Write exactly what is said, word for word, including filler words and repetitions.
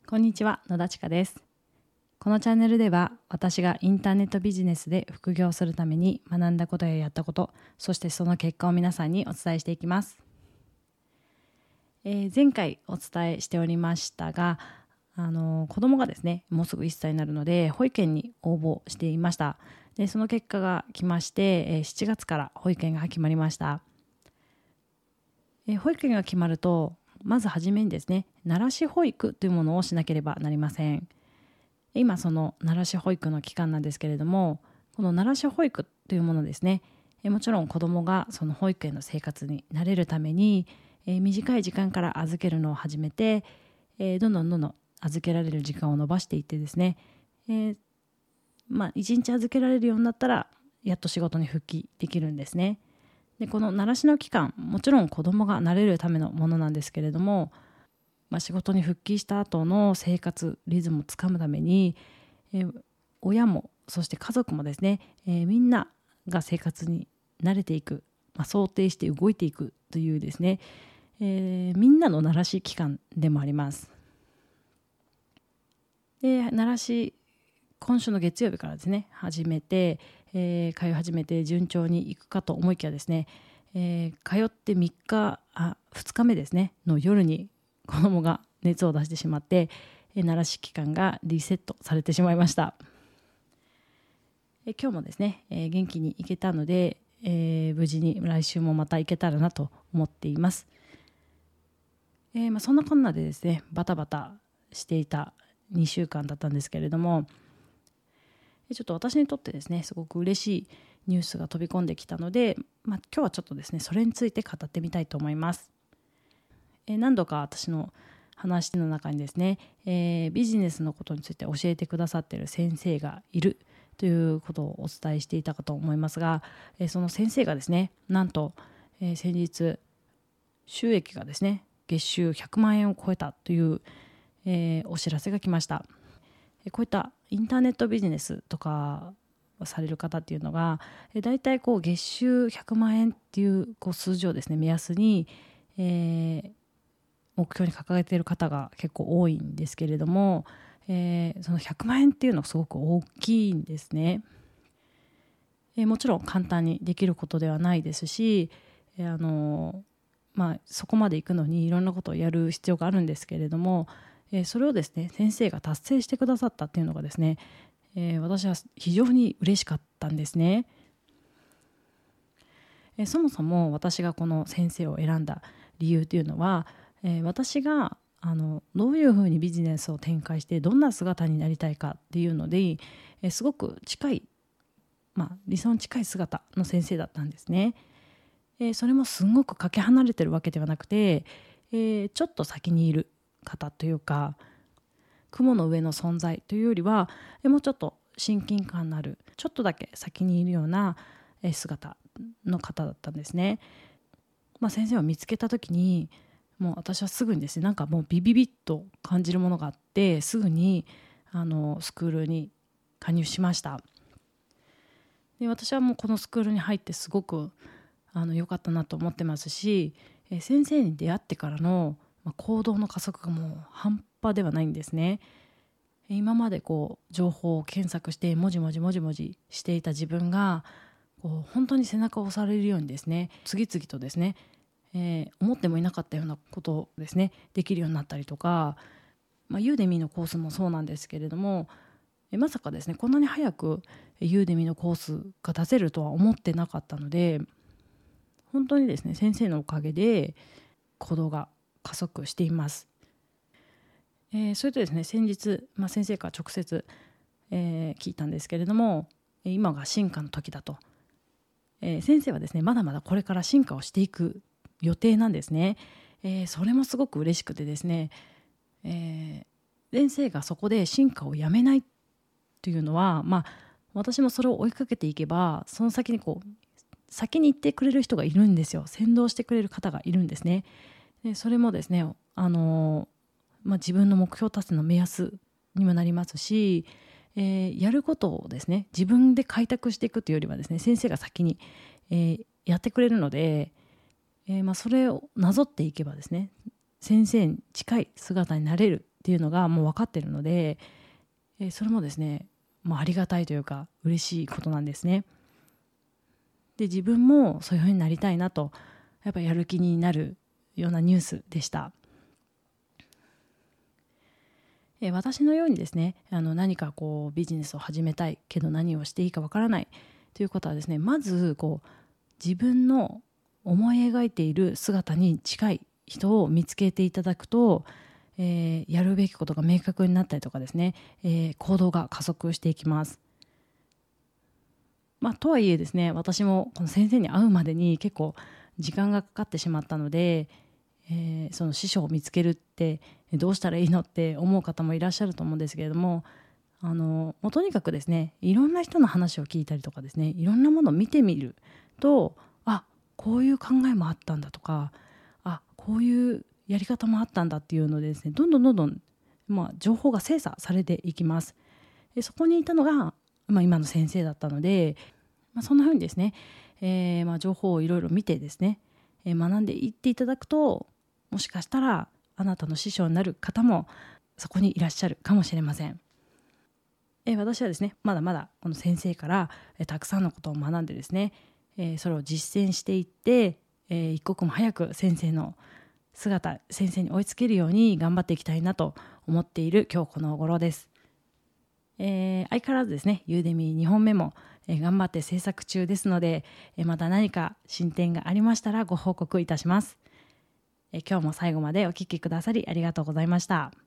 こんにちは、野田千佳です。このチャンネルでは私がインターネットビジネスで副業するために学んだことややったこと、そしてその結果を皆さんにお伝えしていきます。えー、前回お伝えしておりましたが、あのー、子供がですね、もうすぐいっさいになるので保育園に応募していました。で、その結果が来まして、えー、しちがつから保育園が決まりました。えー、保育園が決まるとまずはじめにですね、慣らし保育というものをしなければなりません。今その慣らし保育の期間なんですけれども、この慣らし保育というものですね、もちろん子どもがその保育園の生活に慣れるために、えー、短い時間から預けるのを始めて、えー、どんどんどんどん預けられる時間を延ばしていってですね、えー、まあいちにち預けられるようになったらやっと仕事に復帰できるんですね。で、この慣らしの期間、もちろん子どもが慣れるためのものなんですけれども、まあ、仕事に復帰した後の生活リズムをつかむために、えー、親もそして家族もですね、えー、みんなが生活に慣れていく、まあ、想定して動いていくというですね、えー、みんなの慣らし期間でもあります。で、慣らし今週の月曜日からですね始めて、えー、通い始めて順調にいくかと思いきやですね、えー、通ってみっかあふつかめですねの夜に子供が熱を出してしまって、えー、慣らし期間がリセットされてしまいました。えー、今日もですね、えー、元気に行けたので、えー、無事に来週もまた行けたらなと思っています。えーまあ、そんなこんなでですねバタバタしていたにしゅうかんだったんですけれども、ちょっと私にとってですねすごく嬉しいニュースが飛び込んできたので、まあ、今日はちょっとですねそれについて語ってみたいと思います。えー、何度か私の話の中にですね、えー、ビジネスのことについて教えてくださっている先生がいるということをお伝えしていたかと思いますが、えー、その先生がですねなんと、えー、先日収益がですね月収ひゃくまんえんを超えたという、えー、お知らせが来ました。こういったインターネットビジネスとかされる方っていうのがだいたいこう月収ひゃくまんえんっていうこう数字をですね目安に、えー、目標に掲げている方が結構多いんですけれども、えー、そのひゃくまんえんっていうのがすごく大きいんですね。えー、もちろん簡単にできることではないですし、えーあのまあ、そこまで行くのにいろんなことをやる必要があるんですけれども、えー、それをですね先生が達成してくださったっていうのがですね、えー、私は非常に嬉しかったんですね。えー、そもそも私がこの先生を選んだ理由というのは、えー、私があのどういうふうにビジネスを展開してどんな姿になりたいかっていうので、えー、すごく近い、まあ、理想に近い姿の先生だったんですね。えー、それもすごくかけ離れてるわけではなくて、えー、ちょっと先にいる方というか雲の上の存在というよりはもうちょっと親近感のあるちょっとだけ先にいるような姿の方だったんですね。まあ、先生を見つけた時にもう私はすぐにですねなんかもうビビビッと感じるものがあってすぐにあのスクールに加入しました。で、私はもうこのスクールに入ってすごくあの良かったなと思ってますし、え先生に出会ってからの、まあ、行動の加速がもう半端ではないんですね。今までこう情報を検索してもじもじもじもじしていた自分がこう本当に背中を押されるようにですね次々とですね、えー、思ってもいなかったようなことをですねできるようになったりとか、まあ、ユーデミーのコースもそうなんですけれども、えまさかですねこんなに早くユーデミーのコースが出せるとは思ってなかったので、本当にですね先生のおかげで行動が加速しています。えー、それとですね先日、まあ、先生から直接、えー、聞いたんですけれども、今が進化の時だと、えー、先生はですねまだまだこれから進化をしていく予定なんですね。えー、それもすごく嬉しくてですね、えー、先生がそこで進化をやめないというのは、まあ、私もそれを追いかけていけばその先にこう先に行ってくれる人がいるんですよ。先導してくれる方がいるんですね。でそれもですね、あのまあ、自分の目標達成の目安にもなりますし、えー、やることをですね自分で開拓していくというよりはですね先生が先に、えー、やってくれるので、えーまあ、それをなぞっていけばですね先生に近い姿になれるっっていうのがもう分かっているので、えー、それもですね、まあ、ありがたいというか嬉しいことなんですね。で自分もそういうふうになりたいなとやっぱりやる気になるようなニュースでした。えー、私のようにですね、あの何かこうビジネスを始めたいけど何をしていいかわからないということはですね、まずこう自分の思い描いている姿に近い人を見つけていただくと、えー、やるべきことが明確になったりとかですね、えー、行動が加速していきます。まあ、とはいえですね、私もこの先生に会うまでに結構時間がかかってしまったので、えー、その師匠を見つけるってどうしたらいいのって思う方もいらっしゃると思うんですけれども、あのもうとにかくですね、いろんな人の話を聞いたりとかですね、いろんなものを見てみると、あ、こういう考えもあったんだとか、あ、こういうやり方もあったんだっていうのでですね、どんどんどんどん、まあ、情報が精査されていきます。でそこにいたのが、まあ、今の先生だったので、まあ、そんな風にですね、えーまあ、情報をいろいろ見てですね、えー、学んでいっていただくと、もしかしたらあなたの師匠になる方もそこにいらっしゃるかもしれません。えー、私はですね、まだまだこの先生から、えー、たくさんのことを学んでですね、えー、それを実践していって、えー、一刻も早く先生の姿、先生に追いつけるように頑張っていきたいなと思っている今日この頃です。えー、相変わらずですね、ユーデミーにほんめも、えー、頑張って制作中ですので、えー、また何か進展がありましたらご報告いたします。えー、今日も最後までお聞きくださりありがとうございました。